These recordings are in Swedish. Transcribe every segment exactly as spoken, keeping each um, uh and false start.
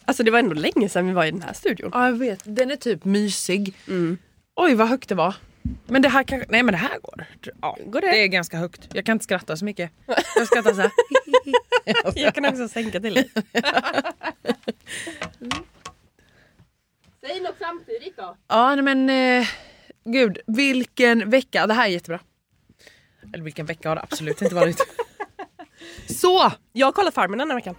Alltså det var ändå länge sedan vi var i den här studion. Ja, jag vet. Den är typ mysig. Mm. Oj, vad högt det var. Men det här kanske... Nej, men det här går. Ja, Går det? det är ganska högt. Jag kan inte skratta så mycket. Jag skrattar så här. Jag kan också sänka till dig. Säg något samtidigt då. Ja, nej, men... Eh, gud, vilken vecka. Det här är jättebra. Eller vilken vecka har det absolut inte varit. Så! Jag har kollat Farmen den här veckan.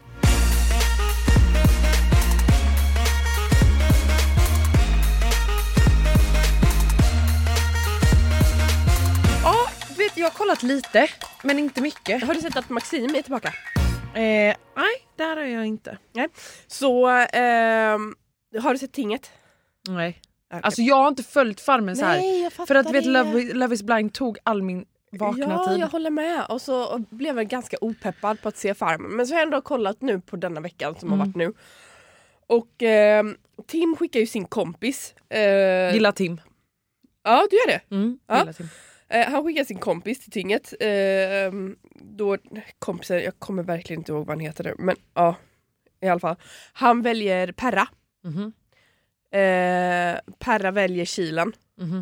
Ja, vet, jag har kollat lite, men inte mycket. Har du sett att Maxim är tillbaka? Eh, nej, där har jag inte. Nej. Så, ehm, har du sett Tinget? Nej. Okay. Alltså jag har inte följt Farmen så här. Nej, jag fattar för att vet, det. Love, Love is blind tog all min vakna ja, tid. jag håller med. Och så blev jag ganska opeppad på att se Farmen. Men så har jag ändå kollat nu på denna veckan som Mm. har varit nu. Och eh, Tim skickar ju sin kompis. Eh, Gilla Tim. Ja, du gör det. Mm, Ja. gilla Tim. Eh, han skickar sin kompis till tinget. Eh, då kompisen, jag kommer verkligen inte ihåg vad han heter nu. Men ja, i alla fall. Han väljer Perra. Mm-hmm. Eh, Perra väljer Kilen. Mm-hmm.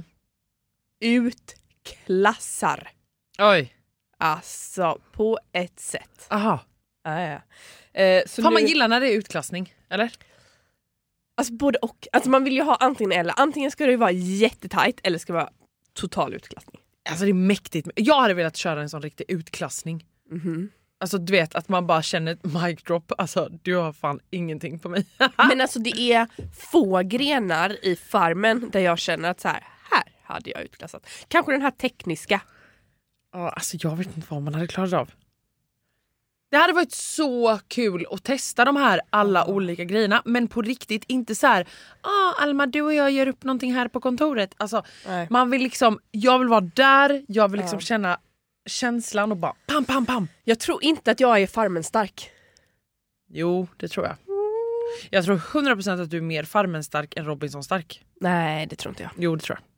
Utklassar. Oj. Alltså, på ett sätt. Aha. Ja, ja. Eh, så Fan, nu, man gillar när det är utklassning, eller? alltså både och. Alltså man vill ju ha antingen eller. Antingen ska det ju vara jättetajt eller ska det vara total utklassning. Alltså det är mäktigt. Jag hade velat köra en sån riktig utklassning. Mm-hmm. Alltså du vet att man bara känner ett mic drop. Alltså du har fan ingenting på mig. Men alltså det är få grenar i Farmen där jag känner att så här, här hade jag utklassat. Kanske den här tekniska. Ja, alltså jag vet inte vad man hade klarat av. Det hade varit så kul att testa de här alla olika grejerna. Men på riktigt inte så här. Ah, Alma, du och jag gör upp någonting här på kontoret. Alltså Nej. man vill liksom, jag vill vara där. Jag vill liksom Ja. känna känslan och bara pam, pam, pam. Jag tror inte att jag är Farmen stark. Jo, det tror jag. Jag tror hundra procent att du är mer Farmen stark än Robinson stark. Nej, det tror inte jag. Jo, det tror jag.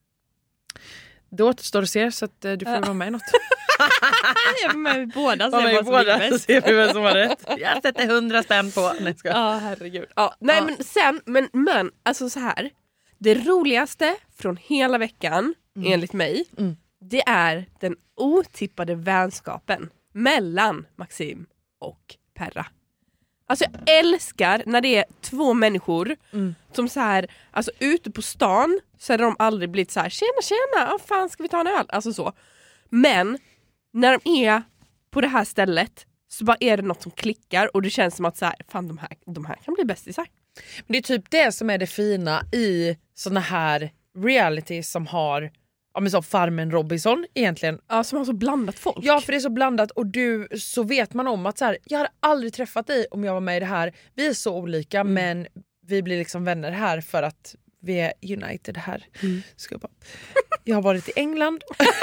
Det återstår att se så att uh, du får vara med i något. Jag är med i båda. Var med i båda så ser vi vem som har rätt. Jag sätter hundra spänn på. Nej, ska. Ja, herregud. Ja, nej, Ja. men sen, men, men alltså så här. Det roligaste från hela veckan, Mm. enligt mig, Mm. det är den otippade vänskapen mellan Maxim och Perra. Alltså jag älskar när det är två människor Mm. som så här, alltså ute på stan så har de aldrig blivit så här, tjena tjena, oh, fan ska vi ta en öl? Alltså så. Men när de är på det här stället så bara är det något som klickar och det känns som att så här, fan de här, de här kan bli bästisar. Men det är typ det som är det fina i såna här reality som har, ja men som Farmen Robinson egentligen. Ja, som har så blandat folk. Ja, för det är så blandat och du, så vet man om att så här, jag hade aldrig träffat dig om jag var med i det här. Vi är så olika Mm. men vi blir liksom vänner här för att vi är united här. Mm. Ska jag, bara. jag har varit i England.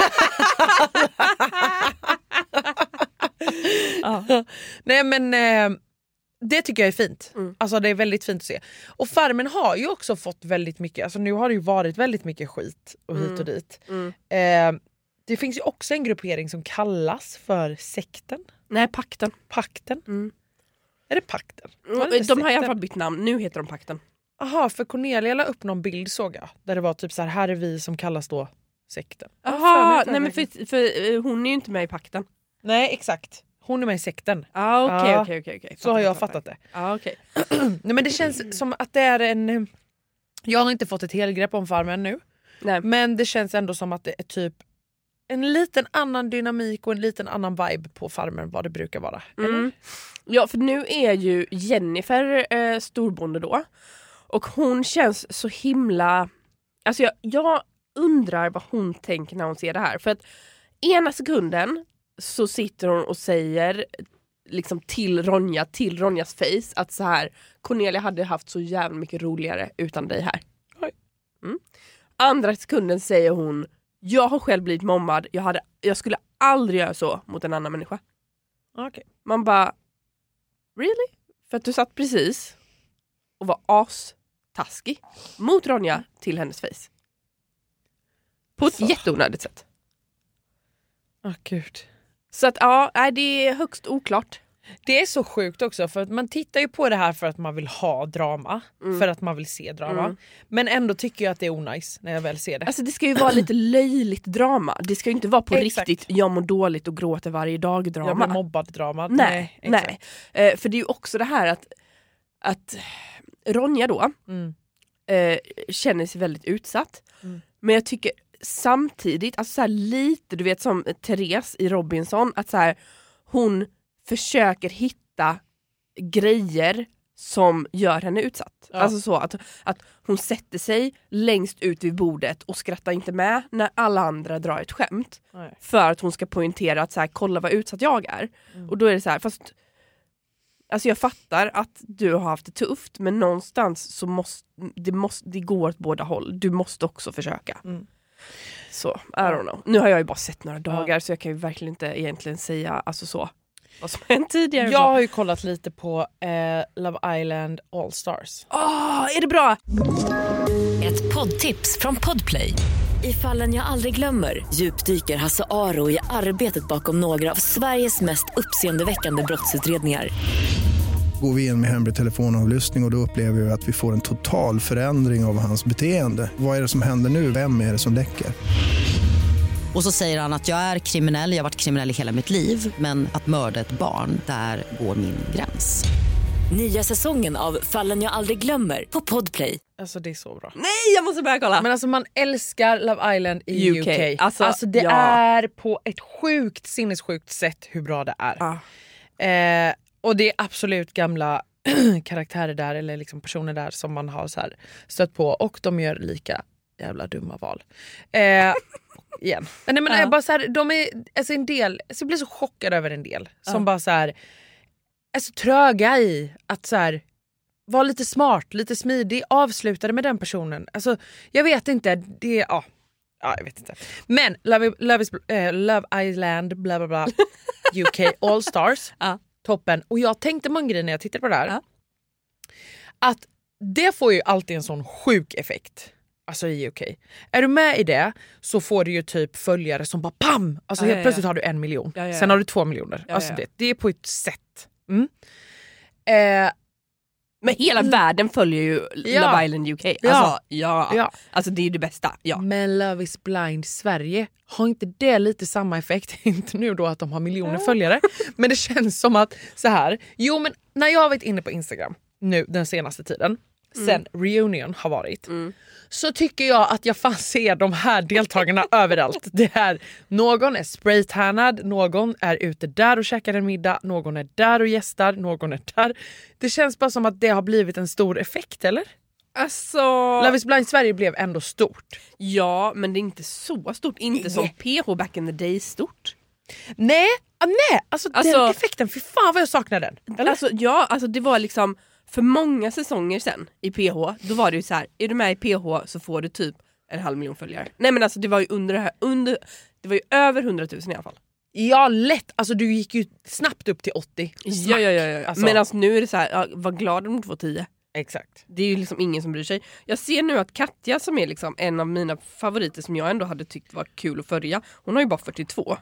Ja. Nej men eh, det tycker jag är fint. Mm. Alltså det är väldigt fint att se. Och Farmen har ju också fått väldigt mycket, alltså nu har det ju varit väldigt mycket skit och hit Mm. och dit. Mm. Eh, det finns ju också en gruppering som kallas för sekten. Nej, pakten. Pakten. Mm. Är det pakten? Mm, Var det inte de har i alla sekten? fall bytt namn. Nu heter de pakten. Aha, för Cornelia la upp någon bild såg jag. Där det var typ så här, här är vi som kallas då sekten. Ja, för mig Jaha, att det nej men verkligen- för, för eh, hon är ju inte med i pakten. Nej, exakt. Hon är med i sekten. Ah, okej, Ja, okej, okej, okej. Så har jag fattat det. Ja, okej. Nej, men det känns som att det är en... Jag har inte fått ett helgrepp om Farmen nu. Nej. Men det känns ändå som att det är typ en liten annan dynamik och en liten annan vibe på Farmen vad det brukar vara. Eller? Mm. Ja, för nu är ju Jennifer eh, storbonde då. Och hon känns så himla... Alltså jag, jag undrar vad hon tänker när hon ser det här. För att ena sekunden så sitter hon och säger liksom till Ronja, till Ronjas face att så här, Cornelia hade haft så jävla mycket roligare utan dig här. Mm. Andra sekunden säger hon, jag har själv blivit mobbad, jag, hade, jag skulle aldrig göra så mot en annan människa. Okay. Man bara, really? För att du satt precis och var as-taskig mot Ronja till hennes face. På ett Så. jätteonödigt sätt. Åh, gud. Så att ja, nej, det är högst oklart. Det är så sjukt också för att man tittar ju på det här för att man vill ha drama. Mm. För att man vill se drama. Mm. Men ändå tycker jag att det är onajs när jag väl ser det. Alltså det ska ju vara lite löjligt drama. Det ska ju inte vara på riktigt jag mår dåligt och gråter varje dag drama. Jag blir mobbad drama. Nej, nej. nej. Uh, för det är ju också det här att, att Ronja då mm. uh, känner sig väldigt utsatt. Mm. Men jag tycker samtidigt, alltså så här lite, du vet som Therese i Robinson, att så här, hon försöker hitta grejer som gör henne utsatt. Ja. Alltså så att, att hon sätter sig längst ut vid bordet och skrattar inte med när alla andra drar ett skämt. Nej. För att hon ska poängtera att så här, kolla vad utsatt jag är. Mm. Och då är det så här, fast alltså jag fattar att du har haft det tufft, men någonstans så måste det, måste, det går åt båda håll. Du måste också försöka. Mm. Så, I don't know. Nu har jag ju bara sett några dagar ja. Så jag kan ju verkligen inte egentligen säga alltså så vad som hänt tidigare. Jag har ju kollat lite på eh, Love Island All Stars. Åh, oh, är det bra? Ett poddtips från Podplay. I Fallen jag aldrig glömmer djupdyker Hasse Aro i arbetet bakom några av Sveriges mest uppseendeväckande brottsutredningar. Går vi in med hemlig telefonavlyssning och då upplever vi att vi får en total förändring av hans beteende. Vad är det som händer nu? Vem är det som läcker? Och så säger han att jag är kriminell, jag har varit kriminell i hela mitt liv. Men att mörda ett barn, där går min gräns. Nya säsongen av Fallen jag aldrig glömmer på Podplay. Alltså det är så bra. Nej, jag måste börja kolla. Men alltså man älskar Love Island i U K. U K. Alltså, alltså det ja. är på ett sjukt, sinnessjukt sätt hur bra det är. Ah. Eh, och det är absolut gamla karaktärer där, eller liksom personer där som man har så här stött på. Och de gör lika jävla dumma val. Eh, igen. Men, nej, men ja. bara så här, de är alltså en del, alltså jag blir så chockad över en del som ja. bara så här är så tröga i att så här vara lite smart, lite smidig, avslutade med den personen. Alltså jag vet inte, det ja, ja jag vet inte. Men Love, Love, is, uh, Love Island bla bla bla U K All Stars. Ja. Toppen. Och jag tänkte många grejer när jag tittade på det här. Ja. Att det får ju alltid en sån sjuk effekt. Alltså i U K. Är du med i det så får du ju typ följare som bara pam! Alltså ja, helt ja, plötsligt ja. har du en miljon. Ja, ja, ja. Sen har du två miljoner. Ja, alltså ja. Det, det är på ett sätt. Mm. Eh, Men hela mm. världen följer ju ja. Love Island U K. Alltså, ja. Ja. Ja. Alltså det är ju det bästa. Ja. Men Love is blind Sverige, har inte det lite samma effekt? Inte nu då att de har miljoner mm. följare. Men det känns som att så här. Jo men när jag har varit inne på Instagram nu den senaste tiden. Mm. Sen reunion har varit. Mm. Så tycker jag att jag fan ser de här deltagarna överallt. Det är, någon är spraytannad, någon är ute där och käkar en middag, någon är där och gästar, någon är där. Det känns bara som att det har blivit en stor effekt, eller? Alltså... Love is blind Sverige blev ändå stort. Ja, men det är inte så stort. Inte nej. Som P H back in the day stort. Nej, ah, nej. Alltså, alltså den effekten, för fan vad jag saknar den. Eller? Alltså, ja, alltså det var liksom... För många säsonger sen i P H, då var det ju så här, är du med i P H så får du typ en halv miljon följare. Nej men alltså det var ju under det här, under, det var ju över hundratusen i alla fall. Ja, lätt. Alltså du gick ju snabbt upp till åttio. Ja, ja, ja, ja. Alltså. Men alltså nu är det så här, ja, var glad om du får tio. Exakt. Det är ju liksom ingen som bryr sig. Jag ser nu att Katja som är liksom en av mina favoriter som jag ändå hade tyckt var kul att följa, hon har ju bara fyrtiotvå.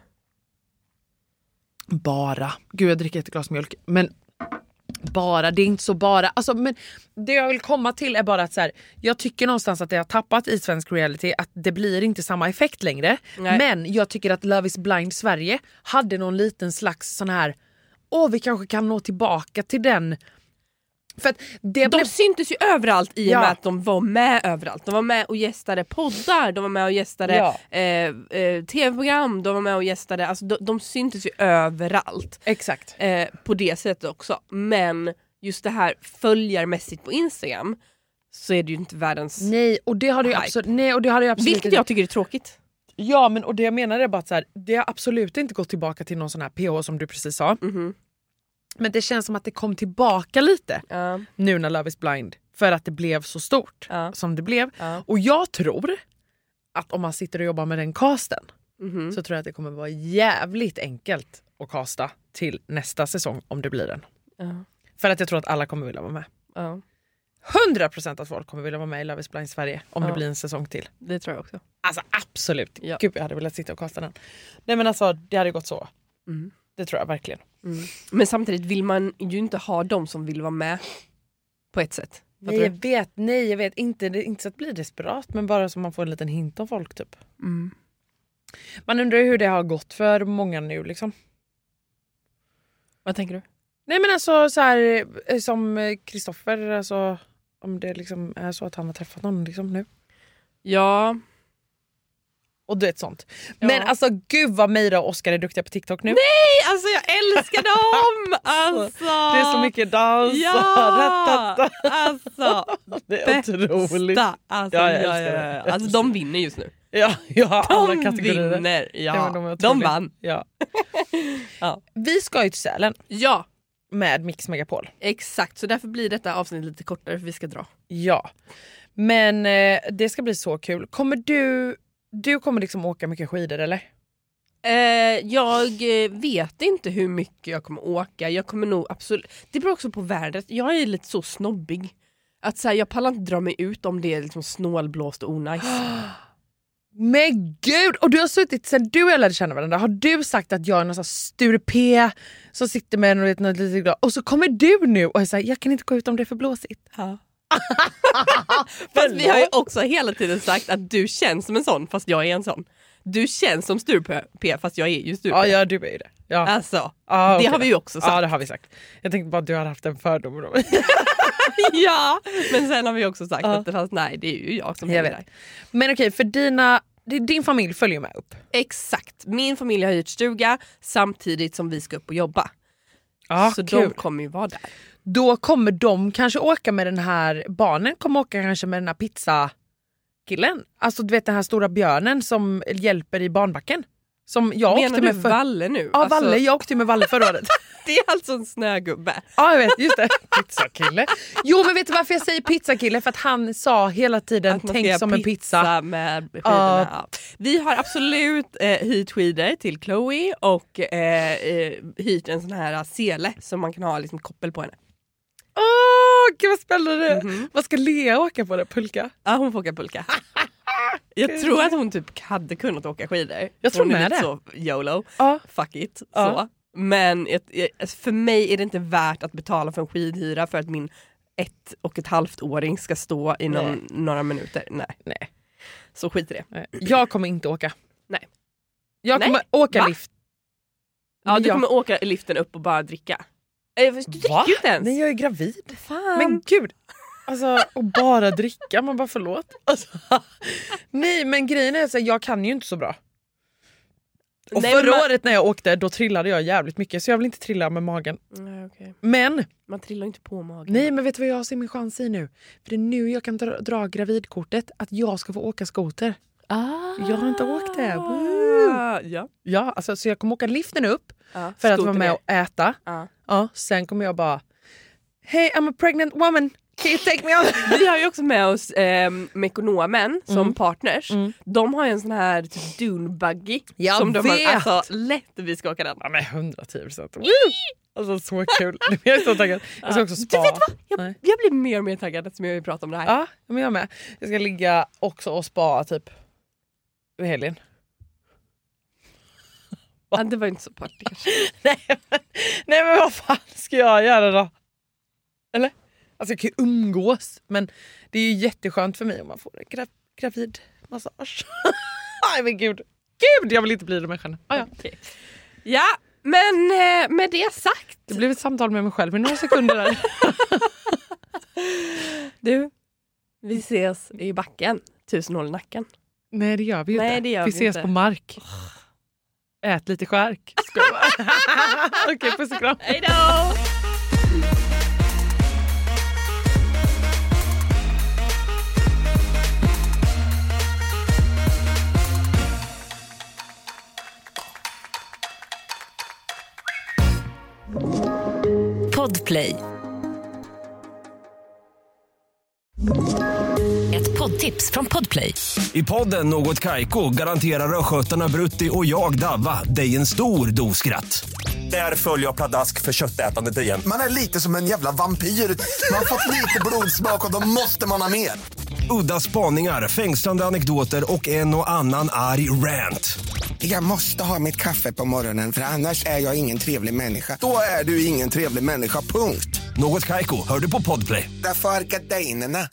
Bara. Gud, jag dricker ett glas mjölk. Men bara, det är inte så bara. Alltså, men det jag vill komma till är bara att så här, jag tycker någonstans att det har tappat i svensk reality, att det blir inte samma effekt längre. Nej. Men jag tycker att Love is blind Sverige hade någon liten slags sån här, åh vi kanske kan nå tillbaka till den. För att det de blev... syntes ju överallt i och ja. med att de var med överallt. De var med och gästade poddar, de var med och gästade ja. eh, eh, tv-program, de var med och gästade, alltså de, de syntes ju överallt. Exakt. Eh, på det sättet också. Men just det här följarmässigt på Instagram så är det ju inte världens nej, och det har det ju absolut, nej, och det har det ju absolut vilket jag tycker är tråkigt. Ja, men och det jag menar är bara att så här, det har absolut inte gått tillbaka till någon sån här P H som du precis sa. Mhm. Men det känns som att det kom tillbaka lite uh. nu när Love is blind. För att det blev så stort uh. som det blev. Uh. Och jag tror att om man sitter och jobbar med den casten mm-hmm. så tror jag att det kommer vara jävligt enkelt att casta till nästa säsong om det blir den. Uh. För att jag tror att alla kommer vilja vara med. Uh. hundra procent att folk kommer vilja vara med i Love is blind Sverige om uh. det blir en säsong till. Det tror jag också. Alltså absolut. Ja. Gud, jag hade velat sitta och casta den. Nej men alltså, det hade gått så. Mm. Det tror jag verkligen. Mm. Men samtidigt vill man ju inte ha de som vill vara med på ett sätt. Nej jag vet, nej jag vet inte, det är inte så att bli desperat men bara så man får en liten hint om folk typ. Mm. Man undrar hur det har gått för många nu liksom. Vad tänker du? Nej men alltså så här som Kristoffer, alltså om det liksom är så att han har träffat någon liksom nu. Ja. Och du vet sånt. Ja. Men alltså gud vad Meira och Oskar är duktiga på TikTok nu. Nej, alltså jag älskar dem! Alltså. Det är så mycket dans. Ja, alltså. Det är otroligt. Alltså, Ja, jag ja, älskar ja, det. ja. Alltså de vinner just nu. Ja, ja alla De kategorier. vinner. Ja, Ja, men de är de otroliga. vann. Ja. Ja. Vi ska ju till Sälen Ja, med Mix Megapol. exakt. Så därför blir detta avsnitt lite kortare för vi ska dra. Ja. Men eh, det ska bli så kul. Kommer du du kommer liksom åka mycket skidor eller? Eh, jag vet inte hur mycket jag kommer åka. Jag kommer nog absolut... Det beror också på vädret. Jag är lite så snobbig. Att så här, jag pallar inte dra mig ut om det är liksom snålblåst och onajs. Men gud! Och du har suttit sen du och jag lärde känna varandra. Har du sagt att jag är någon sån Sture P som sitter med något lite glad. Och så kommer du nu och säger jag kan inte gå ut om det är för blåsigt. Ja. Fast vi har ju också hela tiden sagt att du känns som en sån fast jag är en sån. Du känns som Sture P fast jag är ju Sture P. Ja, ja du är ju det. Ja. Alltså, Ah, det okay. har vi ju också sagt. Ja, det har vi sagt. Jag tänkte bara att du har haft en fördom om Ja, men sen har vi också sagt Ja. att det fast, nej, det är ju jag som jag är vet. där. Men okej, för dina din familj följer med upp. Exakt. Min familj har hyrt stuga samtidigt som vi ska upp och jobba. Ja, så kul. de kommer ju vara där. Då kommer de kanske åka med den här, barnen kommer åka kanske med den här pizzakillen. Alltså du vet den här stora björnen som hjälper i barnbacken. Som jag Menar åkte du med för... Valle nu? Ja, Alltså, Valle. Jag åkte med Valle förra året. det är alltså en snögubbe. Ja, jag vet. Just det. Pizzakille. Jo, men vet du varför jag säger pizzakille? För att han sa hela tiden Att man ska tänk göra som en pizza. med skidorna. Uh. Ja. Vi har absolut eh, hyrt skidor till Chloe och eh, eh, hyrt en sån här sele som man kan ha liksom koppel på henne. Åh, oh, gud vad spännande. Mm-hmm. Vad ska Lea åka på det? Pulka? Ja, hon får åka pulka. Jag tror att hon typ hade kunnat åka skidor. Jag tror hon är med lite det. så YOLO. Ja. Fuck it. Ja. Så. Men ett, ett, för mig är det inte värt att betala för en skidhyra för att min ett och ett halvt åring ska stå i någon, några minuter. Nej. Nej. Så skit i det. Nej. Jag kommer inte åka. Nej. Jag kommer Nej. åka Va? lift. Ja, du jag... kommer åka i liften upp och bara dricka. Du dricker Va? ju inte ens. Nej, jag är gravid. Fan. Men gud. Alltså, och bara dricka. Man bara förlåt. Alltså, nej, men grejen är så jag kan ju inte så bra. Och Nej, förra man... året när jag åkte, då trillade jag jävligt mycket. Så jag vill inte trilla med magen. Nej, okay. Men, man trillar inte på magen. nej men vet du vad jag ser min chans i nu? För det är nu jag kan dra, dra gravidkortet. Att jag ska få åka skoter. Ah. Jag har inte åkt det. Woo! Ja. Ja, alltså, så jag kommer åka liften upp. Ja. För att Skoter vara med ner. och äta. Ja. Ja, sen kommer jag bara Hey, I'm a pregnant woman. Can you take me on? Vi har ju också med oss eh, Mekonomen som Mm. partners. Mm. De har ju en sån här typ dune buggy. Jag som de vet. har, alltså lätt vi ska åka den. Ja, men hundratio procent. Alltså så kul. Jag är så taggad. Jag ska också spa. Du vet vad? Jag, Nej. jag blir mer och mer taggad eftersom jag vill prata om det här. Ja, men jag med. Jag ska ligga också och spa typ i helgen. Ja, det var inte så party kanske. nej, men, nej men vad fan ska jag göra då? Eller? Alltså jag kan ju umgås. Men det är ju jätteskönt för mig om man får en gra- gravidmassage. Nej men gud. Gud, jag vill inte bli det människan. Ah, ja. Okay. Ja, men eh, med det sagt. Det blev ett samtal med mig själv i några sekunder där. Du, vi ses i backen. Tusen hål i nacken. Nej, det gör vi ju Nej, inte. det gör vi vi ses inte. på mark. Ät lite skärk. Okej, okay, puss och kram. Hej då! Podplay. Ett poddtips från Podplay. I podden Något Kaiko garanterar röskötarna Brutti och jag Davva dig en stor dos skratt. Där följer jag pladask för köttätandet igen. Man är lite som en jävla vampyr. Man har fått lite blodsmak och då måste man ha mer. Udda spaningar, fängslande anekdoter och en och annan arg rant. Jag måste ha mitt kaffe på morgonen för annars är jag ingen trevlig människa. Då är du ingen trevlig människa, punkt. Något Kaiko, hör du på Podplay. Därför är gardinerna.